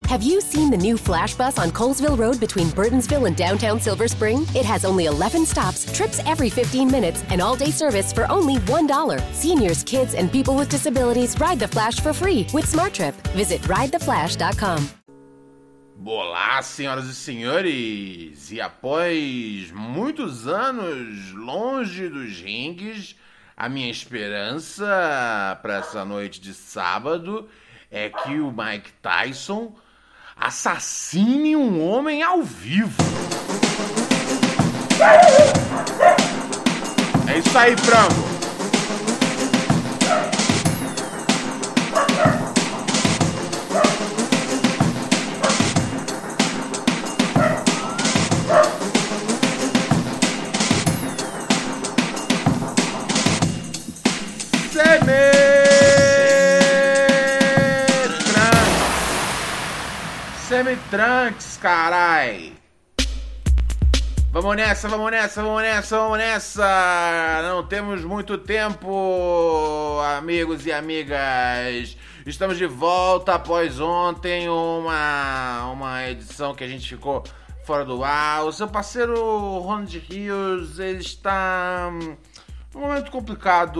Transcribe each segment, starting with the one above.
Have you seen the new Flash Bus on Colesville Road between Burtonsville and downtown Silver Spring? It has only 11 stops, trips every 15 minutes, and all-day service for only $1. Seniors, kids, and people with disabilities ride the Flash for free with SmartTrip. Visit ridetheflash.com. Olá, senhoras e senhores! E após muitos anos longe dos ringues, a minha esperança para essa noite de sábado é que o Mike Tyson assassine um homem ao vivo. É isso aí, frango! Semi-Trunks, carai! Vamos nessa! Não temos muito tempo, amigos e amigas. Estamos de volta após ontem uma edição que a gente ficou fora do ar. O seu parceiro Ronald Rios, ele está num momento complicado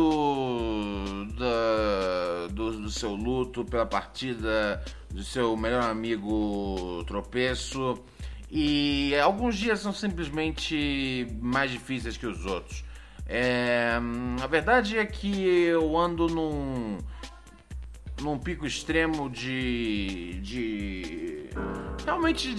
do seu luto pela partida do seu melhor amigo Tropeço, e alguns dias são simplesmente mais difíceis que os outros. A verdade é que eu ando num pico extremo realmente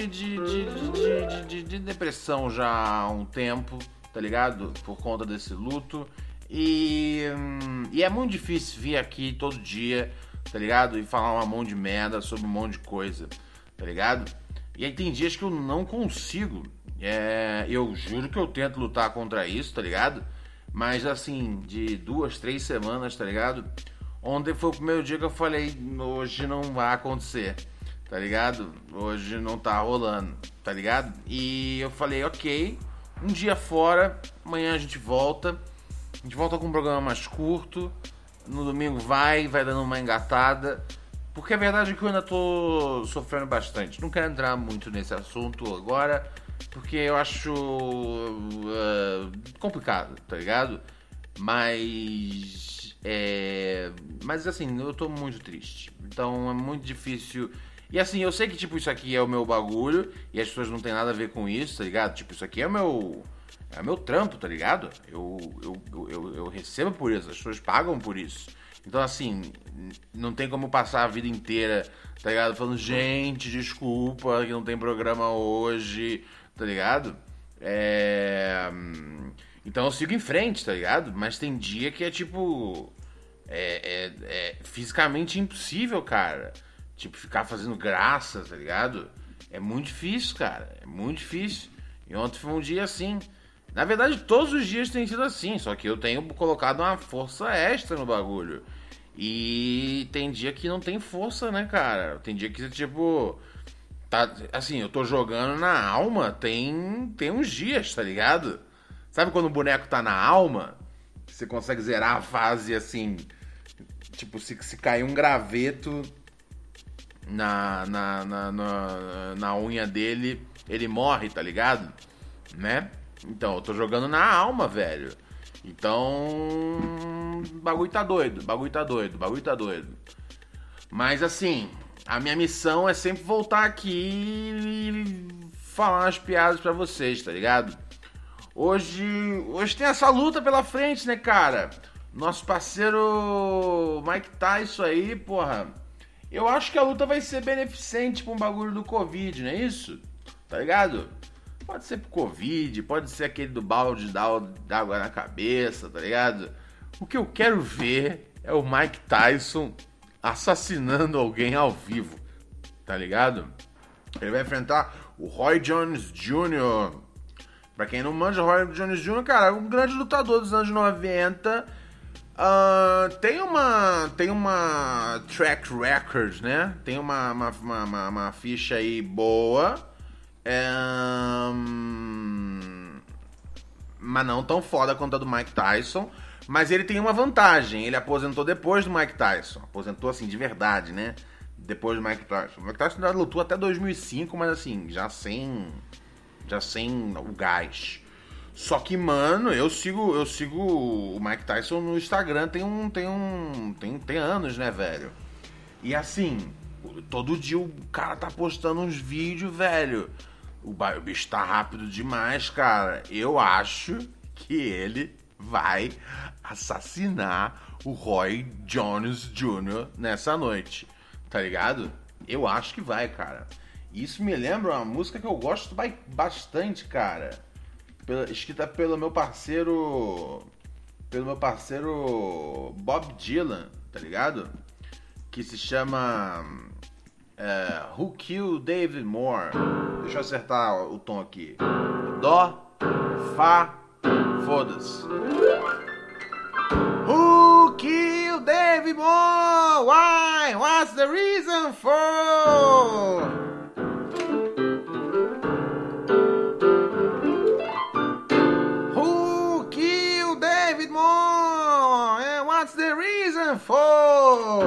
de depressão já há um tempo, tá ligado? Por conta desse luto. E é muito difícil vir aqui todo dia, tá ligado? E falar uma mão de merda sobre um monte de coisa, tá ligado? E aí tem dias que eu não consigo. Eu juro que eu tento lutar contra isso, tá ligado? Mas assim, de 2, 3 semanas, tá ligado? Ontem foi o primeiro dia que eu falei, hoje não vai acontecer, tá ligado? Hoje não tá rolando, tá ligado? E eu falei, ok, um dia fora, amanhã a gente volta com um programa mais curto. No domingo vai dando uma engatada, porque a verdade é que eu ainda tô sofrendo bastante. Não quero entrar muito nesse assunto agora, porque eu acho complicado, tá ligado? Mas assim, eu tô muito triste. Então é muito difícil. E assim, eu sei que tipo, isso aqui é o meu bagulho e as pessoas não tem nada a ver com isso, tá ligado? Tipo, isso aqui é meu trampo, tá ligado? Eu recebo por isso, as pessoas pagam por isso. Então, assim, não tem como passar a vida inteira, tá ligado? Falando, gente, desculpa que não tem programa hoje, tá ligado? Então eu sigo em frente, tá ligado? Mas tem dia que é tipo... fisicamente impossível, cara. Tipo, ficar fazendo graça, tá ligado? É muito difícil, cara. É muito difícil. E ontem foi um dia assim... Na verdade, todos os dias tem sido assim, só que eu tenho colocado uma força extra no bagulho. E tem dia que não tem força, né, cara? Tem dia que, tipo... Tá, assim, eu tô jogando na alma tem uns dias, tá ligado? Sabe quando o boneco tá na alma? Você consegue zerar a fase, assim... Tipo, se cair um graveto na unha dele, ele morre, tá ligado? Né? Então, eu tô jogando na alma, velho. Então, bagulho tá doido. Mas assim, a minha missão é sempre voltar aqui e falar umas piadas pra vocês, tá ligado? Hoje tem essa luta pela frente, né, cara? Nosso parceiro Mike Tyson aí, porra. Eu acho que a luta vai ser beneficente pra um bagulho do Covid, não é isso? Tá ligado? Pode ser pro Covid, pode ser aquele do balde d'água na cabeça, tá ligado? O que eu quero ver é o Mike Tyson assassinando alguém ao vivo, tá ligado? Ele vai enfrentar o Roy Jones Jr. Pra quem não manja, o Roy Jones Jr., cara, é um grande lutador dos anos 90. Tem uma track record, né? Tem uma ficha aí boa. Mas não tão foda quanto a do Mike Tyson. Mas ele tem uma vantagem. Ele aposentou depois do Mike Tyson. Aposentou assim, de verdade, né? depois do Mike Tyson. O Mike Tyson ainda lutou até 2005, mas assim, já sem o gás. Só que, mano, eu sigo o Mike Tyson no Instagram tem anos, né, velho? E assim, todo dia o cara tá postando uns vídeos, velho. O bicho tá rápido demais, cara. Eu acho que ele vai assassinar o Roy Jones Jr. nessa noite, tá ligado? Eu acho que vai, cara. Isso me lembra uma música que eu gosto bastante, cara. Escrita pelo meu parceiro Bob Dylan, tá ligado? Que se chama Who Killed David Moore? Deixa eu acertar o tom aqui. Dó, Fá, foda-se. Who killed David Moore? Why? What's the reason for? Who killed David Moore? And what's the reason for?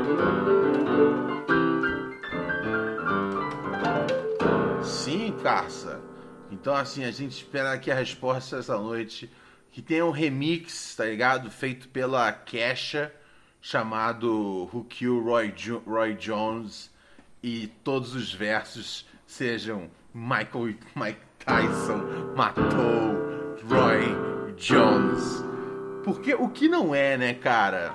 Sim, Carça. Então, assim, a gente espera aqui a resposta essa noite. Que tem um remix, tá ligado? Feito pela Kesha, chamado Who Killed Roy Jones. E todos os versos sejam Mike Tyson matou Roy Jones. Porque o que não é, né, cara?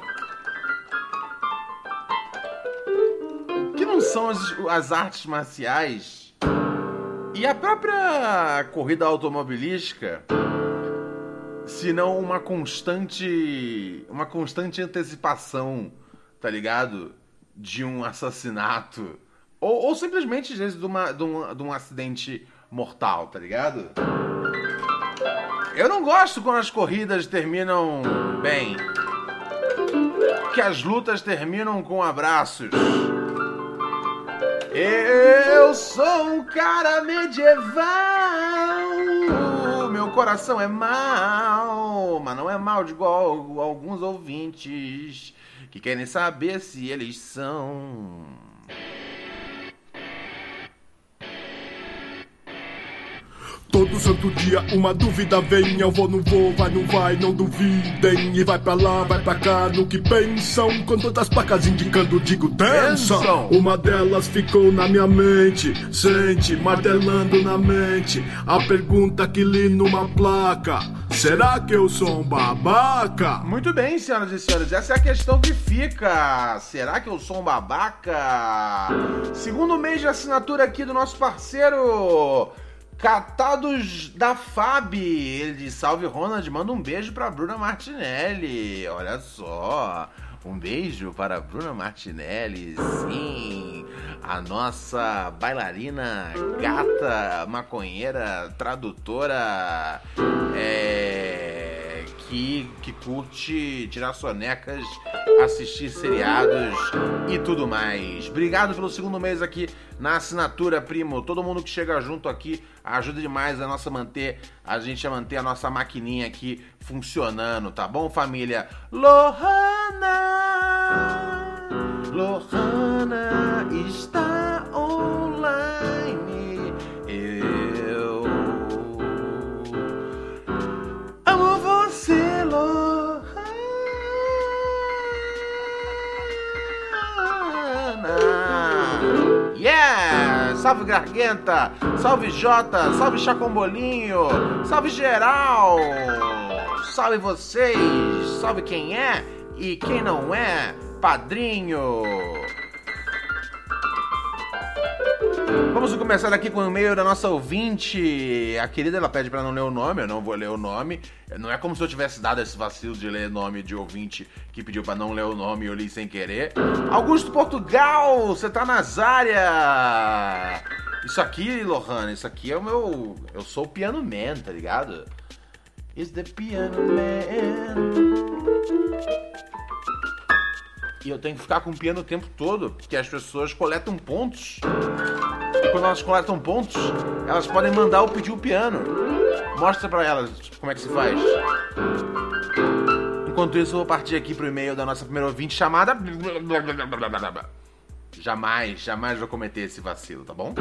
O que não são as artes marciais e a própria corrida automobilística, senão uma constante antecipação, tá ligado? De um assassinato. Ou simplesmente, às vezes, de um acidente mortal, tá ligado? Eu não gosto quando as corridas terminam bem. Que as lutas terminam com abraços. Eu sou um cara medieval. Meu coração é mau, mas não é mau de igual alguns ouvintes que querem saber se eles são. Todo santo dia uma dúvida vem. Eu vou, não vou, vai, não vai, não duvidem. E vai pra lá, vai pra cá, no que pensam. Com todas as placas indicando, digo dança. Uma delas ficou na minha mente, sente, martelando na mente a pergunta que li numa placa: será que eu sou um babaca? Muito bem, senhoras e senhores, essa é a questão que fica. Será que eu sou um babaca? Segundo mês de assinatura aqui do nosso parceiro Catados da Fab. Ele diz: salve Ronald, manda um beijo pra Bruna Martinelli. Olha só, um beijo para Bruna Martinelli. Sim, a nossa bailarina, gata, maconheira, tradutora, que curte tirar sonecas, assistir seriados e tudo mais. Obrigado pelo segundo mês aqui na assinatura, primo. Todo mundo que chega junto aqui ajuda demais a gente a manter a nossa maquininha aqui funcionando, tá bom, família? Lohana está online. Eu amo você, Lohana. Yeah! Salve Garganta, salve Jota, salve Chacombolinho, salve geral, salve vocês, salve quem é e quem não é, padrinho. Vamos começar aqui com o e-mail da nossa ouvinte. A querida, ela pede pra não ler o nome, eu não vou ler o nome. Não é como se eu tivesse dado esse vacilo de ler nome de ouvinte que pediu pra não ler o nome e eu li sem querer. Augusto Portugal, você tá nas áreas. Isso aqui, Lohana, isso aqui é o meu... Eu sou o Piano Man, tá ligado? It's the Piano Man. E eu tenho que ficar com o piano o tempo todo, porque as pessoas coletam pontos. E quando elas coletam pontos, elas podem mandar eu pedir o piano. Mostra pra elas como é que se faz. Enquanto isso, eu vou partir aqui pro e-mail da nossa primeira ouvinte chamada... Jamais vou cometer esse vacilo, tá bom?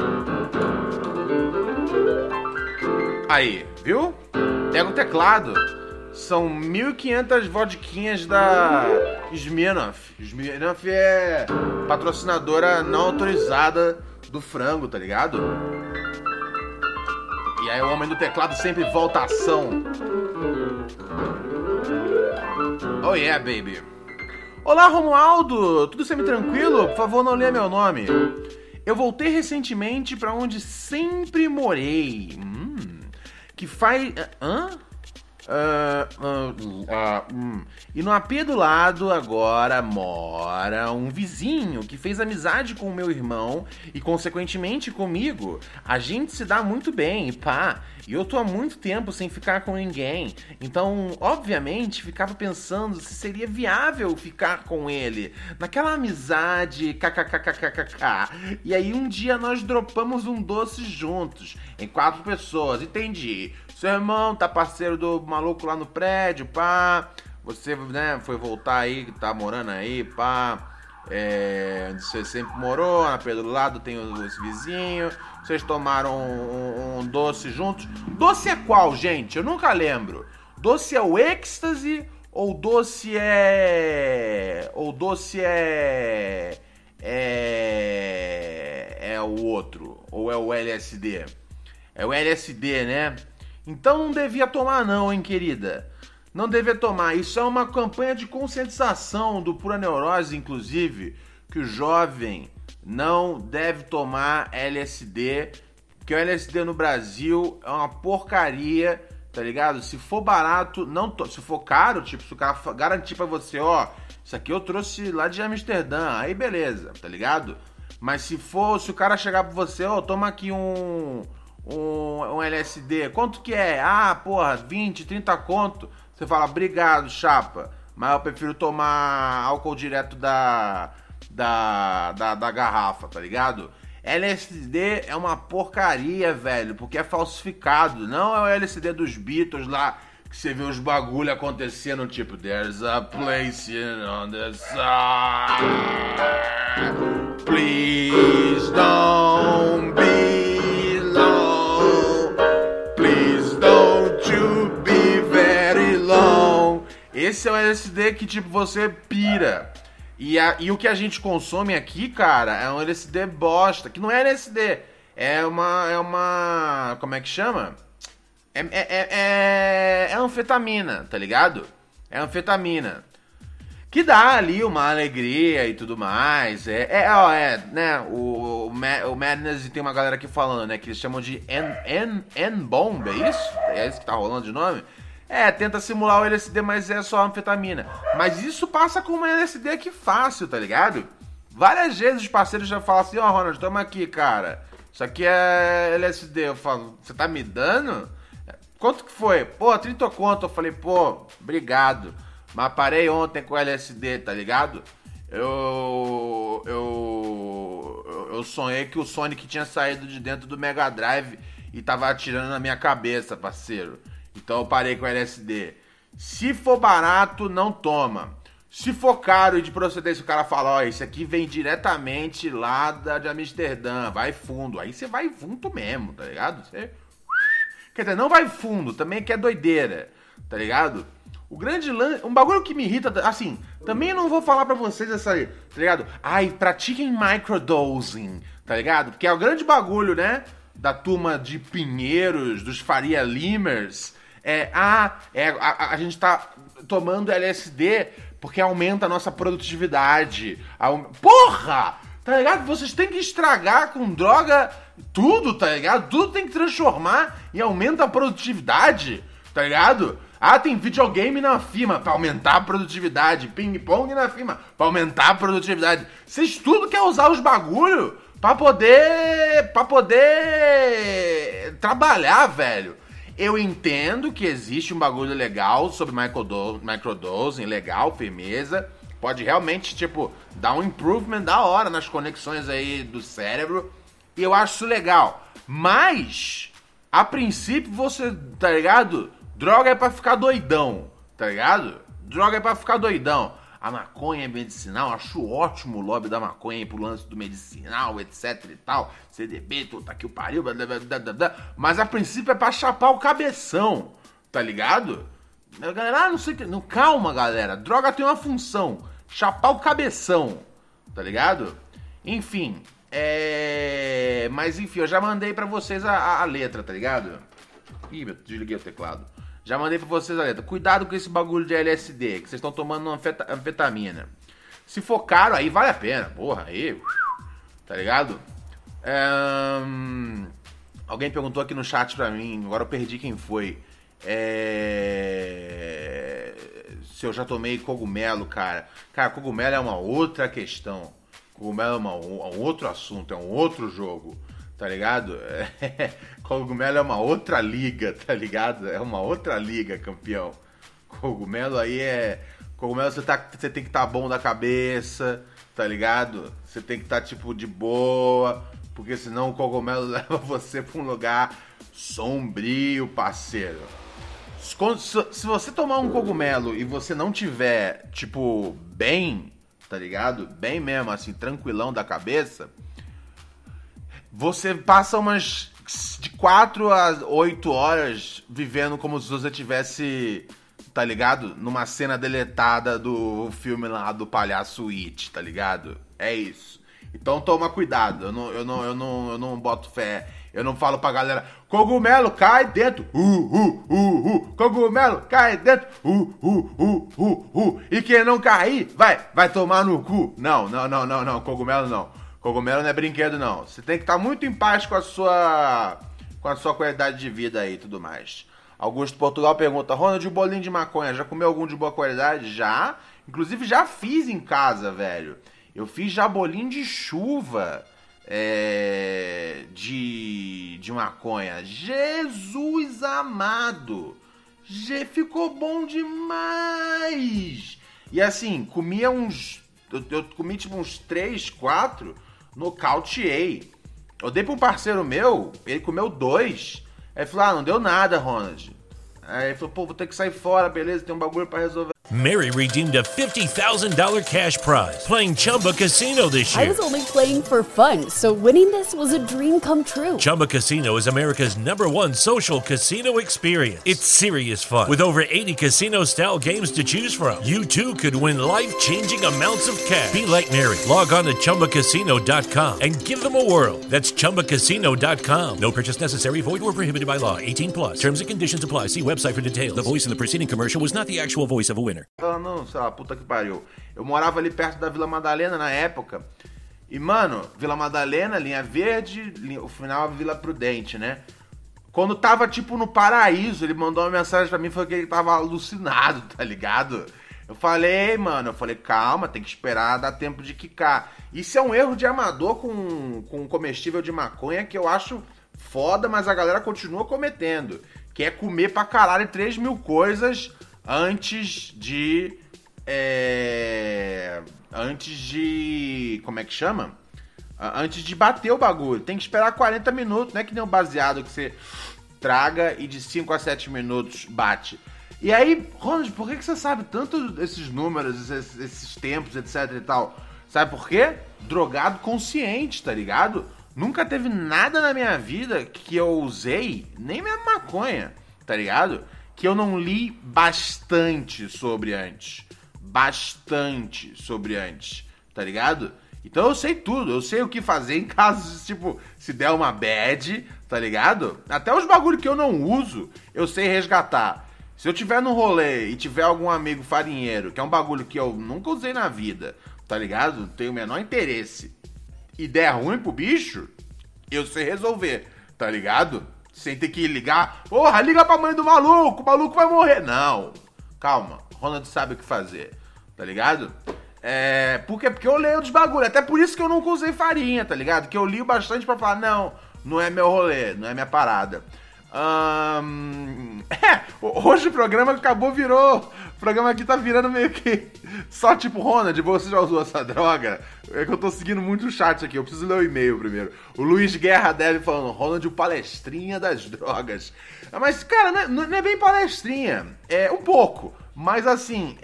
Aí, viu? Pega o teclado. São 1.500 vodquinhas da Smirnoff. Smirnoff é patrocinadora não autorizada do frango, tá ligado? E aí o homem do teclado sempre volta à ação. Oh yeah, baby. Olá, Romualdo. Tudo semi-tranquilo? Por favor, não leia meu nome. Eu voltei recentemente pra onde sempre morei. Que faz... Hã? E no AP do lado agora mora um vizinho que fez amizade com o meu irmão e consequentemente comigo. A gente se dá muito bem e pá, e eu tô há muito tempo sem ficar com ninguém. Então, obviamente, ficava pensando se seria viável ficar com ele naquela amizade kkkkkk. E aí um dia nós dropamos um doce juntos em 4 pessoas, entendi. Seu irmão tá parceiro do maluco lá no prédio, pá. Você, né, foi voltar aí, tá morando aí, pá. Onde você sempre morou, na Pedro do lado tem os vizinhos. Vocês tomaram um doce juntos. Doce é qual, gente? Eu nunca lembro. Doce é o êxtase ou doce é... É o outro? Ou é o LSD? É o LSD, né? Então não devia tomar não, hein, querida? Não devia tomar. Isso é uma campanha de conscientização do Pura Neurose, inclusive, que o jovem não deve tomar LSD, porque o LSD no Brasil é uma porcaria, tá ligado? Se for barato, não se for caro, tipo, se o cara garantir pra você, ó, isso aqui eu trouxe lá de Amsterdã, aí beleza, tá ligado? Mas se o cara chegar pra você, ó, toma aqui um LSD, quanto que é? Ah, porra, 20, 30 conto. Você fala, obrigado, chapa, mas eu prefiro tomar álcool direto da garrafa, tá ligado? LSD é uma porcaria, velho, porque é falsificado. Não é o LSD dos Beatles lá, que você vê os bagulho acontecendo, tipo, there's a place on the side, please don't be long, please don't you be very long. Esse é o LSD que, tipo, você pira. E o que a gente consome aqui, cara, é um LSD bosta, que não é LSD, é uma como é que chama? É anfetamina, tá ligado? É anfetamina. Que dá ali uma alegria e tudo mais. Né? O Madness, e tem uma galera aqui falando, né? Que eles chamam de N-Bomb, é isso? É isso que tá rolando de nome? Tenta simular o LSD, mas é só anfetamina. Mas isso passa com uma LSD aqui fácil, tá ligado? Várias vezes os parceiros já falam assim, ó, Ronald, toma aqui, cara. Isso aqui é LSD. Eu falo, você tá me dando? Quanto que foi? Pô, 30 conto. Eu falei, pô, obrigado. Mas parei ontem com LSD, tá ligado? Eu sonhei que o Sonic tinha saído de dentro do Mega Drive e tava atirando na minha cabeça, parceiro. Então eu parei com LSD. Se for barato, não toma. Se for caro e de procedência o cara fala, ó, esse aqui vem diretamente lá de Amsterdã, vai fundo. Aí você vai fundo mesmo, tá ligado? Quer dizer, não vai fundo, também que é doideira, tá ligado? O grande lance... Um bagulho que me irrita, assim, também eu não vou falar pra vocês essa aí, tá ligado? Ai, pratiquem microdosing, tá ligado? Porque é o grande bagulho, né? Da turma de Pinheiros, dos Faria Limers. A gente tá tomando LSD porque aumenta a nossa produtividade. Porra! Tá ligado? Vocês têm que estragar com droga tudo, tá ligado? Tudo tem que transformar e aumenta a produtividade, tá ligado? Ah, tem videogame na firma pra aumentar a produtividade. Ping-pong na firma pra aumentar a produtividade. Vocês tudo querem usar os bagulho pra poder trabalhar, velho. Eu entendo que existe um bagulho legal sobre microdosing, legal, firmeza. Pode realmente, tipo, dar um improvement da hora nas conexões aí do cérebro. E eu acho isso legal. Mas, a princípio, você, tá ligado? Droga é pra ficar doidão, tá ligado? Droga é pra ficar doidão. a maconha é medicinal, acho ótimo o lobby da maconha aí pro lance do medicinal, etc e tal, CDB, tá aqui o pariu, blá, blá, blá, blá, blá, mas a princípio é pra chapar o cabeção, tá ligado? A galera, não sei o que, não, calma galera, droga tem uma função, chapar o cabeção, tá ligado? Enfim, mas enfim, eu já mandei pra vocês a letra, tá ligado? Ih, desliguei o teclado. Já mandei pra vocês a letra. Cuidado com esse bagulho de LSD, que vocês estão tomando anfetamina. Se for caro, aí vale a pena. Porra, aí... Tá ligado? Alguém perguntou aqui no chat pra mim, agora eu perdi quem foi. Se eu já tomei cogumelo, cara. Cara, cogumelo é uma outra questão. Cogumelo é um outro assunto, é um outro jogo. Tá ligado? Cogumelo é uma outra liga, tá ligado? É uma outra liga, campeão. Cogumelo aí Cogumelo você tem que estar bom da cabeça, tá ligado? Você tem que estar, tipo, de boa, porque senão o cogumelo leva você pra um lugar sombrio, parceiro. Se você tomar um cogumelo e você não tiver, tipo, bem, tá ligado? Bem mesmo, assim, tranquilão da cabeça... Você passa umas de 4 a 8 horas vivendo como se você tivesse, tá ligado? Numa cena deletada do filme lá do Palhaço It, tá ligado? É isso. Então toma cuidado, eu não boto fé. Eu não falo pra galera, cogumelo cai dentro, cogumelo cai dentro, e quem não cair, vai tomar no cu. Não, cogumelo não. Cogumelo não é brinquedo, não. Você tem que estar muito em paz com a sua qualidade de vida aí e tudo mais. Augusto Portugal pergunta, Ronald, o bolinho de maconha, já comeu algum de boa qualidade? Já. Inclusive, já fiz em casa, velho. Eu fiz já bolinho de chuva de maconha. Jesus amado! Ficou bom demais! E assim, comia uns... Eu comi tipo uns 3, 4... Nocauteei. Eu dei pra um parceiro meu, ele comeu 2. Aí ele falou, não deu nada, Ronald. Aí ele falou, vou ter que sair fora, beleza, tem um bagulho pra resolver. Mary redeemed a $50,000 cash prize playing Chumba Casino this year. I was only playing for fun, so winning this was a dream come true. Chumba Casino is America's #1 social casino experience. It's serious fun. With over 80 casino-style games to choose from, you too could win life-changing amounts of cash. Be like Mary. Log on to ChumbaCasino.com and give them a whirl. That's ChumbaCasino.com. No purchase necessary. Void or prohibited by law. 18+. Terms and conditions apply. See website for details. The voice in the preceding commercial was not the actual voice of a winner. Não, sei lá, puta que pariu. Eu morava ali perto da Vila Madalena na época. E, mano, Vila Madalena, Linha Verde, o final é Vila Prudente, né? Quando tava, tipo, no paraíso, ele mandou uma mensagem pra mim, falou que ele tava alucinado, tá ligado? Eu falei, calma, tem que esperar, dar tempo de quicar. Isso é um erro de amador com comestível de maconha que eu acho foda, mas a galera continua cometendo. Que é comer pra caralho 3 mil coisas... Antes de... Como é que chama? Antes de bater o bagulho. Tem que esperar 40 minutos. Não é que nem o baseado que você traga e de 5 a 7 minutos bate. E aí, Ronald, por que você sabe tanto esses números, esses tempos, etc e tal? Sabe por quê? Drogado consciente, tá ligado? Nunca teve nada na minha vida que eu usei, nem minha maconha, tá ligado? Que eu não li bastante sobre antes, tá ligado? Então eu sei tudo, eu sei o que fazer em casos, tipo, se der uma bad, tá ligado? Até os bagulho que eu não uso, eu sei resgatar. Se eu tiver no rolê e tiver algum amigo farinheiro, que é um bagulho que eu nunca usei na vida, tá ligado? Não tenho o menor interesse, e der ruim pro bicho, eu sei resolver, tá ligado? Sem ter que ligar, porra, liga pra mãe do maluco, o maluco vai morrer. Não, calma, Ronald sabe o que fazer, tá ligado? Porque eu leio dos bagulho, até por isso que eu nunca usei farinha, tá ligado? Que eu li bastante pra falar, não é meu rolê, não é minha parada. Hoje o programa virou. O programa aqui tá virando meio que só tipo, Ronald, você já usou essa droga? É que eu tô seguindo muito o chat aqui, eu preciso ler o e-mail primeiro. O Luiz Guerra deve falando, Ronald, o palestrinha das drogas. Mas, cara, não é bem palestrinha, é um pouco. Mas assim,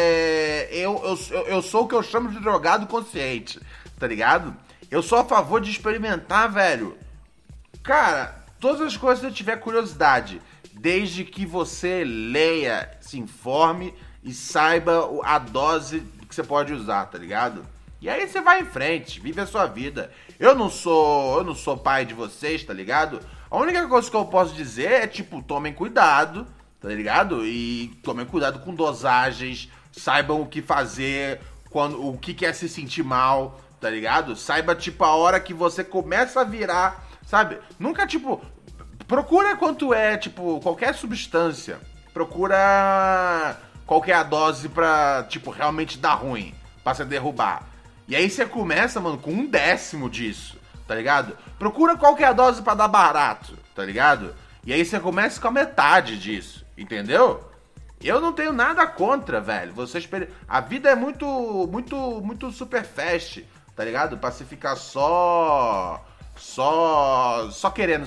eu sou o que eu chamo de drogado consciente, tá ligado? Eu sou a favor de experimentar, velho. Cara, todas as coisas que você tiver curiosidade, desde que você leia, se informe e saiba a dose que você pode usar, tá ligado? E aí você vai em frente, vive a sua vida. Eu não sou pai de vocês, tá ligado? A única coisa que eu posso dizer é, tipo, tomem cuidado, tá ligado? E tomem cuidado com dosagens, saibam o que fazer, o que é se sentir mal, tá ligado? Saiba, tipo, a hora que você começa a virar, sabe? Nunca, tipo, procura quanto é, tipo, qualquer substância. Procura qual que é a dose pra, tipo, realmente dar ruim, pra você derrubar. E aí você começa, mano, com 1/10 disso, tá ligado? Procura qual que é a dose pra dar barato, tá ligado? E aí você começa com a metade disso, entendeu? Eu não tenho nada contra, velho. A vida é muito super fast, tá ligado? Pra você ficar só querendo.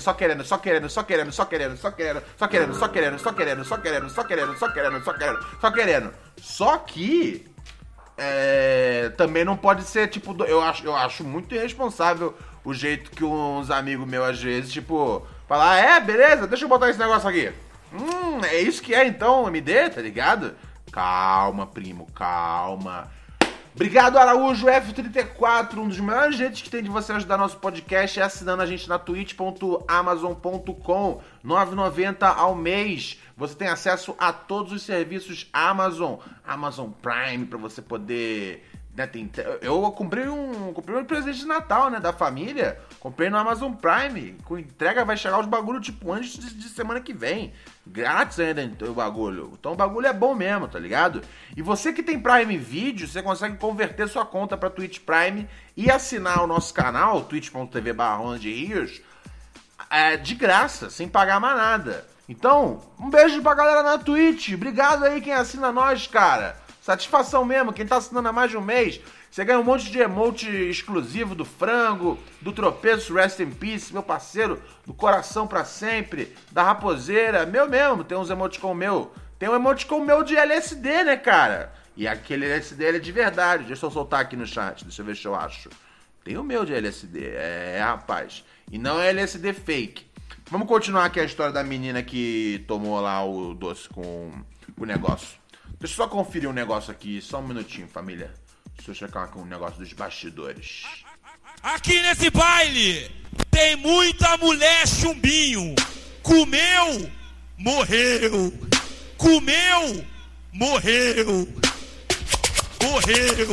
Só que também não pode ser, tipo, eu acho muito irresponsável o jeito que uns amigos meus, às vezes, tipo, falar, beleza, deixa eu botar esse negócio aqui. É isso que é, então, MD, tá ligado? Calma, primo, calma. Obrigado, Araújo F34. Um dos melhores jeitos que tem de você ajudar nosso podcast é assinando a gente na twitch.amazon.com, R$ 9,90 ao mês. Você tem acesso a todos os serviços Amazon Prime, pra você poder... Né, eu comprei um presente de Natal, né, da família. Comprei no Amazon Prime. Com entrega vai chegar os bagulho, tipo, antes de semana que vem. Grátis ainda o bagulho. Então o bagulho é bom mesmo, tá ligado? E você que tem Prime Video, você consegue converter sua conta pra Twitch Prime e assinar o nosso canal, twitch.tv/RonaldRios, de graça, sem pagar mais nada. Então, um beijo pra galera na Twitch. Obrigado aí quem assina nós, cara. Satisfação mesmo, quem tá assinando há mais de um mês, você ganha um monte de emote exclusivo do Frango, do Tropeço, Rest in Peace, meu parceiro, do Coração pra Sempre, da Raposeira, meu mesmo, tem uns emoticon meu. Tem um emoticon meu de LSD, né, cara? E aquele LSD ele é de verdade, deixa eu soltar aqui no chat, deixa eu ver se eu acho. Tem o meu de LSD, rapaz. E não é LSD fake. Vamos continuar aqui a história da menina que tomou lá o doce com o negócio. Deixa eu só conferir um negócio aqui, só um minutinho, família. Deixa eu checar com um negócio dos bastidores. Aqui nesse baile tem muita mulher chumbinho. Comeu, morreu. Comeu, morreu. Morreu.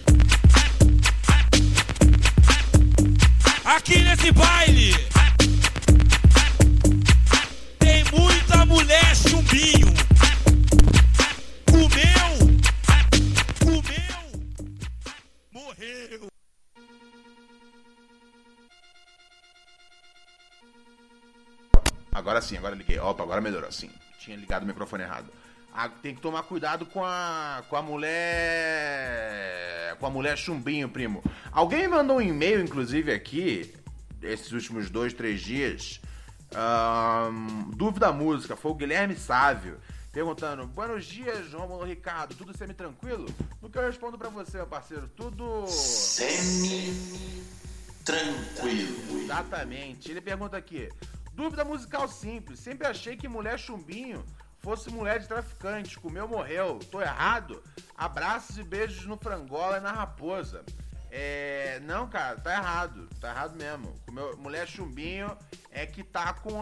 Aqui nesse baile tem muita mulher chumbinho. Morreu. Agora sim, agora liguei. Opa, agora melhorou, sim. Tinha ligado o microfone errado. Tem que tomar cuidado com a mulher... Com a mulher chumbinho, primo. Alguém me mandou um e-mail, inclusive, aqui, esses últimos 2-3 dias. Dúvida música. Foi o Guilherme Sávio. Perguntando, buenos dias, Rômulo Ricardo, tudo semi-tranquilo? No que eu respondo pra você, meu parceiro, tudo... Semi-tranquilo. Exatamente. Ele pergunta aqui, dúvida musical simples, sempre achei que mulher chumbinho fosse mulher de traficante, comeu, morreu, tô errado? Abraços e beijos no Frangola e na Raposa. Não, cara, tá errado mesmo. Mulher chumbinho tá com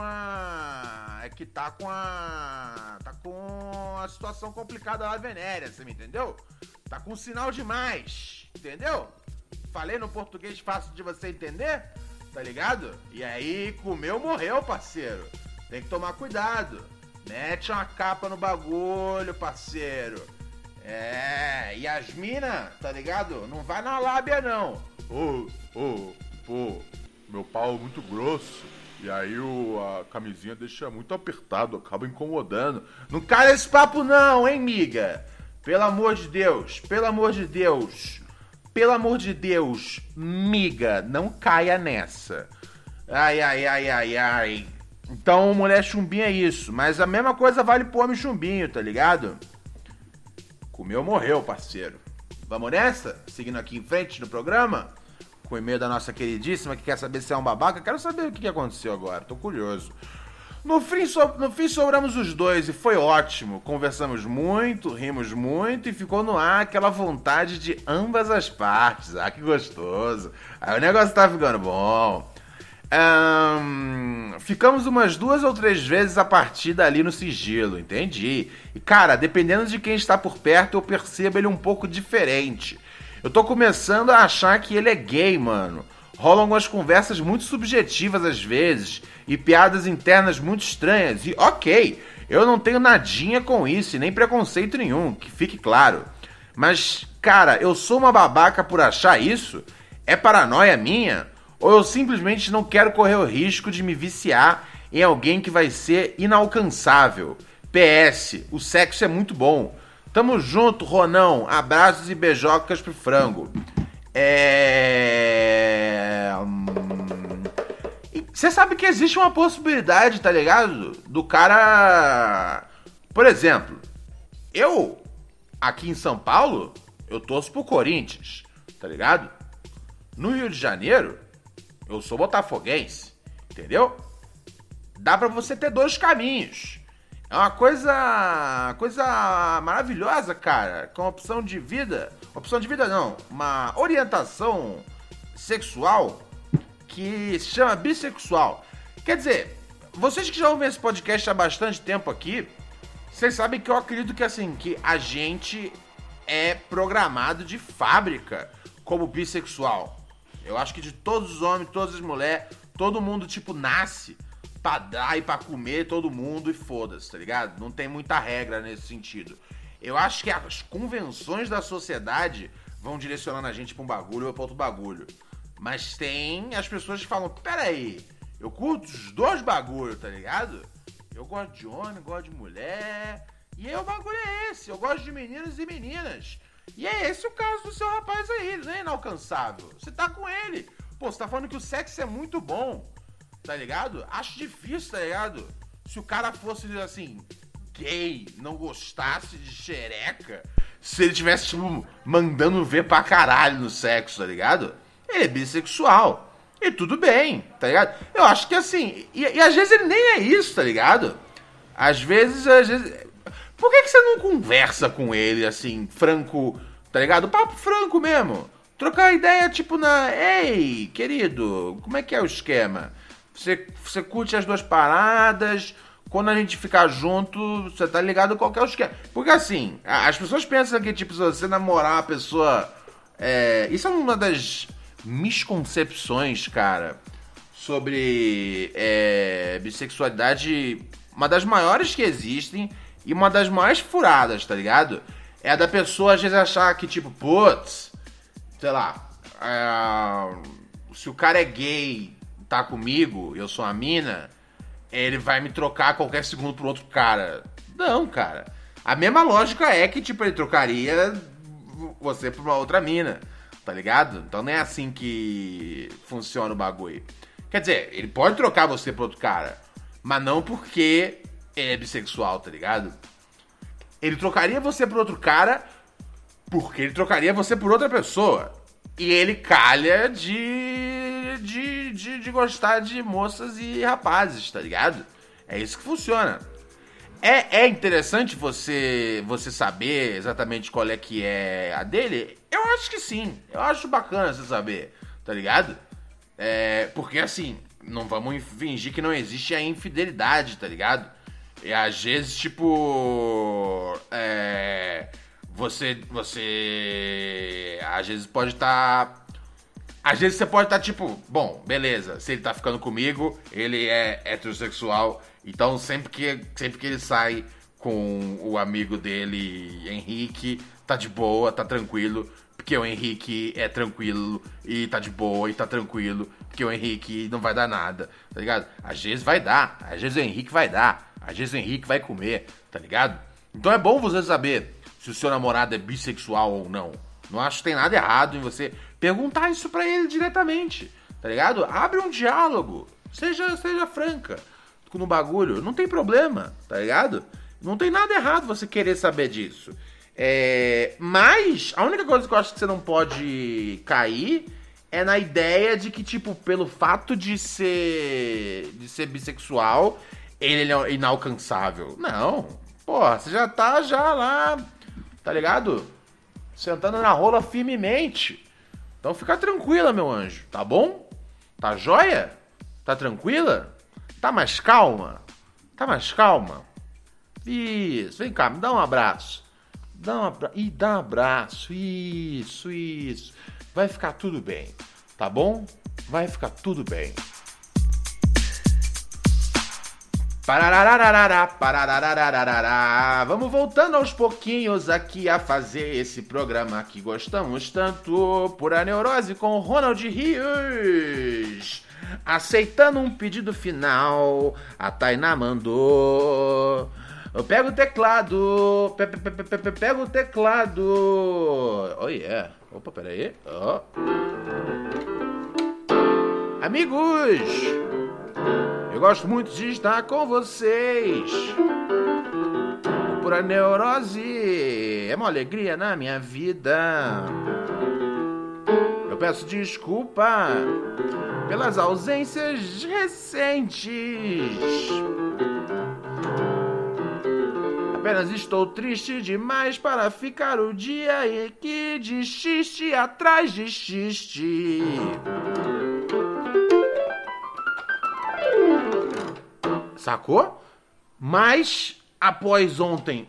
a situação complicada lá venérea, você me entendeu? Tá com sinal demais, entendeu? Falei no português fácil de você entender, tá ligado? E aí, comeu, morreu, parceiro. Tem que tomar cuidado. Mete uma capa no bagulho, parceiro. Yasmina, tá ligado? Não vai na lábia, não. Pô, meu pau é muito grosso. E aí a camisinha deixa muito apertado, acaba incomodando. Não cai esse papo não, hein, miga? Pelo amor de Deus, pelo amor de Deus. Pelo amor de Deus, miga, não caia nessa. Ai. Então, mulher chumbinha é isso. Mas a mesma coisa vale pro homem chumbinho, tá ligado? Comeu, morreu, parceiro. Vamos nessa? Seguindo aqui em frente no programa, com o e-mail da nossa queridíssima, que quer saber se é um babaca. Quero saber o que aconteceu agora, tô curioso. No fim sobramos os dois e foi ótimo. Conversamos muito, rimos muito e ficou no ar aquela vontade de ambas as partes. Ah, que gostoso. Aí o negócio tá ficando bom. Ficamos umas 2 ou 3 vezes a partir dali no sigilo, entendi. E cara, dependendo de quem está por perto, eu percebo ele um pouco diferente. Eu tô começando a achar que ele é gay, mano. Rolam umas conversas muito subjetivas às vezes e piadas internas muito estranhas. E ok, eu não tenho nadinha com isso e nem preconceito nenhum, que fique claro. Mas, cara, eu sou uma babaca por achar isso? É paranoia minha? Ou eu simplesmente não quero correr o risco de me viciar em alguém que vai ser inalcançável? PS, o sexo é muito bom. Tamo junto, Ronão. Abraços e beijocas pro frango. Você sabe que existe uma possibilidade, tá ligado? Do cara... Por exemplo, eu, aqui em São Paulo, eu torço pro Corinthians, tá ligado? No Rio de Janeiro, eu sou botafoguense, entendeu? Dá pra você ter 2 caminhos. É uma coisa maravilhosa, cara. Com opção de vida não, uma orientação sexual que se chama bissexual. Quer dizer, vocês que já ouvem esse podcast há bastante tempo aqui, vocês sabem que eu acredito que assim, que a gente é programado de fábrica como bissexual. Eu acho que de todos os homens, todas as mulheres, todo mundo tipo nasce pra dar e pra comer todo mundo e foda-se, tá ligado? Não tem muita regra nesse sentido. Eu acho que as convenções da sociedade vão direcionando a gente pra um bagulho ou pra outro bagulho. Mas tem as pessoas que falam, peraí, eu curto os 2 bagulhos, tá ligado? Eu gosto de homem, gosto de mulher, e aí o bagulho é esse, eu gosto de meninos e meninas. E é esse o caso do seu rapaz aí, ele não é inalcançável. Você tá com ele. Pô, você tá falando que o sexo é muito bom, tá ligado? Acho difícil, tá ligado? Se o cara fosse, assim, gay, não gostasse de xereca, se ele tivesse, tipo, mandando ver pra caralho no sexo, tá ligado? Ele é bissexual. E tudo bem, tá ligado? Eu acho que, assim, e às vezes ele nem é isso, tá ligado? Às vezes... Por que você não conversa com ele, assim, franco, tá ligado? Papo franco mesmo. Trocar ideia, tipo, ei, querido, como é que é o esquema? Você curte as 2 paradas, quando a gente ficar junto, você tá ligado qual que é o esquema. Porque, assim, as pessoas pensam que, tipo, se você namorar uma pessoa... isso é uma das misconcepções, cara, sobre bissexualidade, uma das maiores que existem, e uma das mais furadas, tá ligado? É a da pessoa às vezes achar que, tipo, putz, sei lá, se o cara é gay, tá comigo, eu sou uma mina, ele vai me trocar a qualquer segundo pro outro cara. Não, cara. A mesma lógica é que, tipo, ele trocaria você por uma outra mina, tá ligado? Então não é assim que funciona o bagulho. Quer dizer, ele pode trocar você por outro cara, mas não porque... ele é bissexual, tá ligado? Ele trocaria você por outro cara porque ele trocaria você por outra pessoa. E ele calha de gostar de moças e rapazes, tá ligado? É isso que funciona. É interessante você saber exatamente qual é que é a dele? Eu acho que sim. Eu acho bacana você saber, tá ligado? Porque assim, não vamos fingir que não existe a infidelidade, tá ligado? E às vezes, tipo... Você... Às vezes pode estar... Às vezes você pode estar tipo... Bom, beleza. Se ele tá ficando comigo, ele é heterossexual. Então sempre que ele sai com o amigo dele, Henrique, tá de boa, tá tranquilo. Porque o Henrique é tranquilo e tá de boa e tá tranquilo. Porque o Henrique não vai dar nada, tá ligado? Às vezes vai dar. Às vezes o Henrique vai dar. Às vezes o Henrique vai comer, tá ligado? Então é bom você saber se o seu namorado é bissexual ou não. Não acho que tem nada errado em você perguntar isso pra ele diretamente, tá ligado? Abre um diálogo. Seja franca no bagulho. Não tem problema, tá ligado? Não tem nada errado você querer saber disso. Mas a única coisa que eu acho que você não pode cair é na ideia de que, tipo, pelo fato de ser bissexual, ele é inalcançável. Não. Porra, você já tá lá, tá ligado? Sentando na rola firmemente. Então fica tranquila, meu anjo, tá bom? Tá joia? Tá tranquila? Tá mais calma? Tá mais calma? Isso, vem cá, me dá um abraço. Dá um abraço. Isso. Vai ficar tudo bem, tá bom? Vai ficar tudo bem. Vamos voltando aos pouquinhos aqui a fazer esse programa que gostamos tanto. Pura Neurose com Ronald Rios. Aceitando um pedido final, a Tainá mandou. Eu pego o teclado. Pego o teclado. Oh yeah. Opa, peraí. Oh. Amigos, eu gosto muito de estar com vocês. O Pura Neurose é uma alegria na minha vida. Eu peço desculpa pelas ausências recentes. Apenas estou triste demais para ficar o dia aqui de xiste atrás de xiste. Sacou? Mas, após ontem,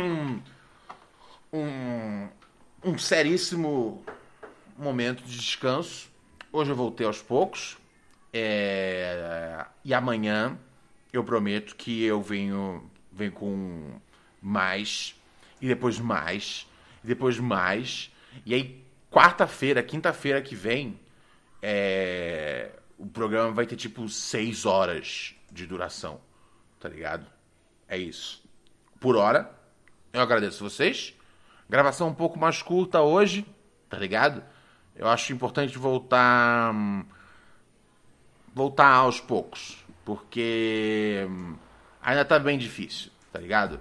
um seríssimo momento de descanso, hoje eu voltei aos poucos, e amanhã eu prometo que eu venho com mais, e depois mais, e depois mais, e aí quinta-feira que vem, o programa vai ter tipo 6 horas de duração, tá ligado? É isso. Por hora, eu agradeço vocês. Gravação um pouco mais curta hoje, tá ligado? Eu acho importante voltar aos poucos, porque ainda tá bem difícil, tá ligado?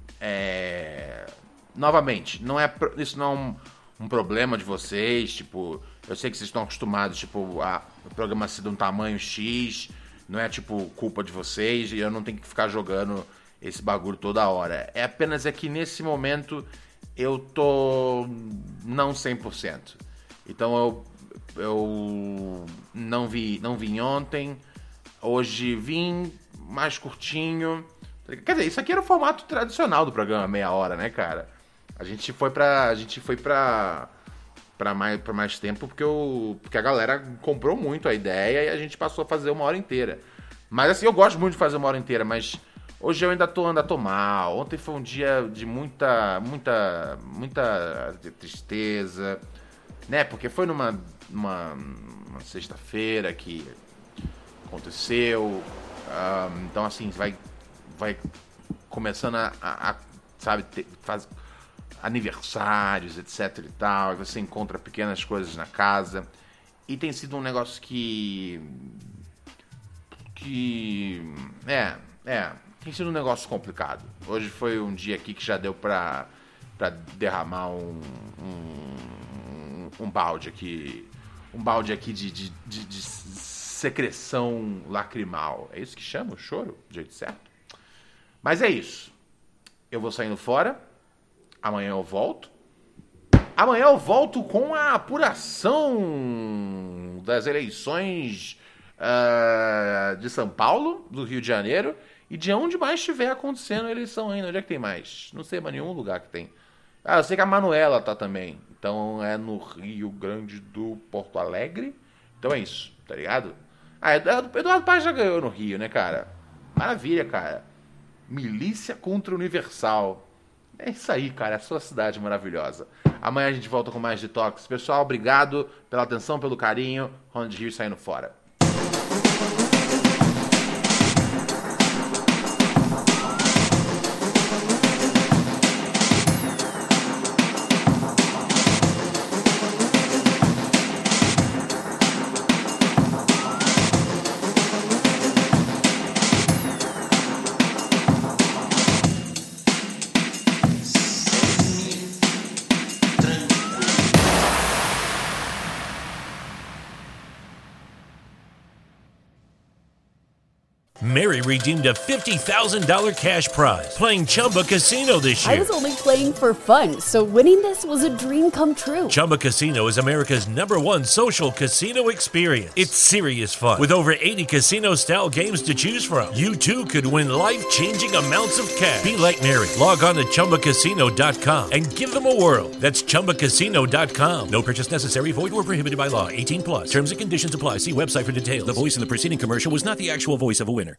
Novamente, isso não é um problema de vocês, tipo, eu sei que vocês estão acostumados, tipo, o programa ser de um tamanho X, não é, tipo, culpa de vocês, e eu não tenho que ficar jogando esse bagulho toda hora. É apenas que nesse momento eu tô não 100%. Então eu não vim ontem, hoje vim mais curtinho. Quer dizer, isso aqui era o formato tradicional do programa, meia hora, né, cara? A gente foi pra mais tempo porque a galera comprou muito a ideia e a gente passou a fazer 1 hora inteira. Mas assim, eu gosto muito de fazer 1 hora inteira, mas hoje eu ainda tô mal. Ontem foi um dia de muita tristeza, né? Porque foi numa sexta-feira que aconteceu. Então assim, vai começando a sabe, faz aniversários, etc e tal, e você encontra pequenas coisas na casa, e tem sido um negócio que tem sido um negócio complicado. Hoje foi um dia aqui que já deu pra derramar um balde aqui de secreção lacrimal. É isso que chama o choro, do jeito certo? Mas é isso. Eu vou saindo fora. Amanhã eu volto. Amanhã eu volto com a apuração das eleições de São Paulo, do Rio de Janeiro, e de onde mais estiver acontecendo a eleição ainda. Onde é que tem mais? Não sei, mas nenhum lugar que tem. Eu sei que a Manuela tá também. Então é no Rio Grande do Porto Alegre. Então é isso, tá ligado? Eduardo Paz já ganhou no Rio, né, cara? Maravilha, cara. Milícia contra Universal. É isso aí, cara. É a sua cidade maravilhosa. Amanhã a gente volta com mais Detox. Pessoal, obrigado pela atenção, pelo carinho. Ronald Rios saindo fora. Mary redeemed a $50,000 cash prize playing Chumba Casino this year. I was only playing for fun, so winning this was a dream come true. Chumba Casino is America's #1 social casino experience. It's serious fun. With over 80 casino-style games to choose from, you too could win life-changing amounts of cash. Be like Mary. Log on to ChumbaCasino.com and give them a whirl. That's ChumbaCasino.com. No purchase necessary. Void or prohibited by law. 18+. Terms and conditions apply. See website for details. The voice in the preceding commercial was not the actual voice of a winner.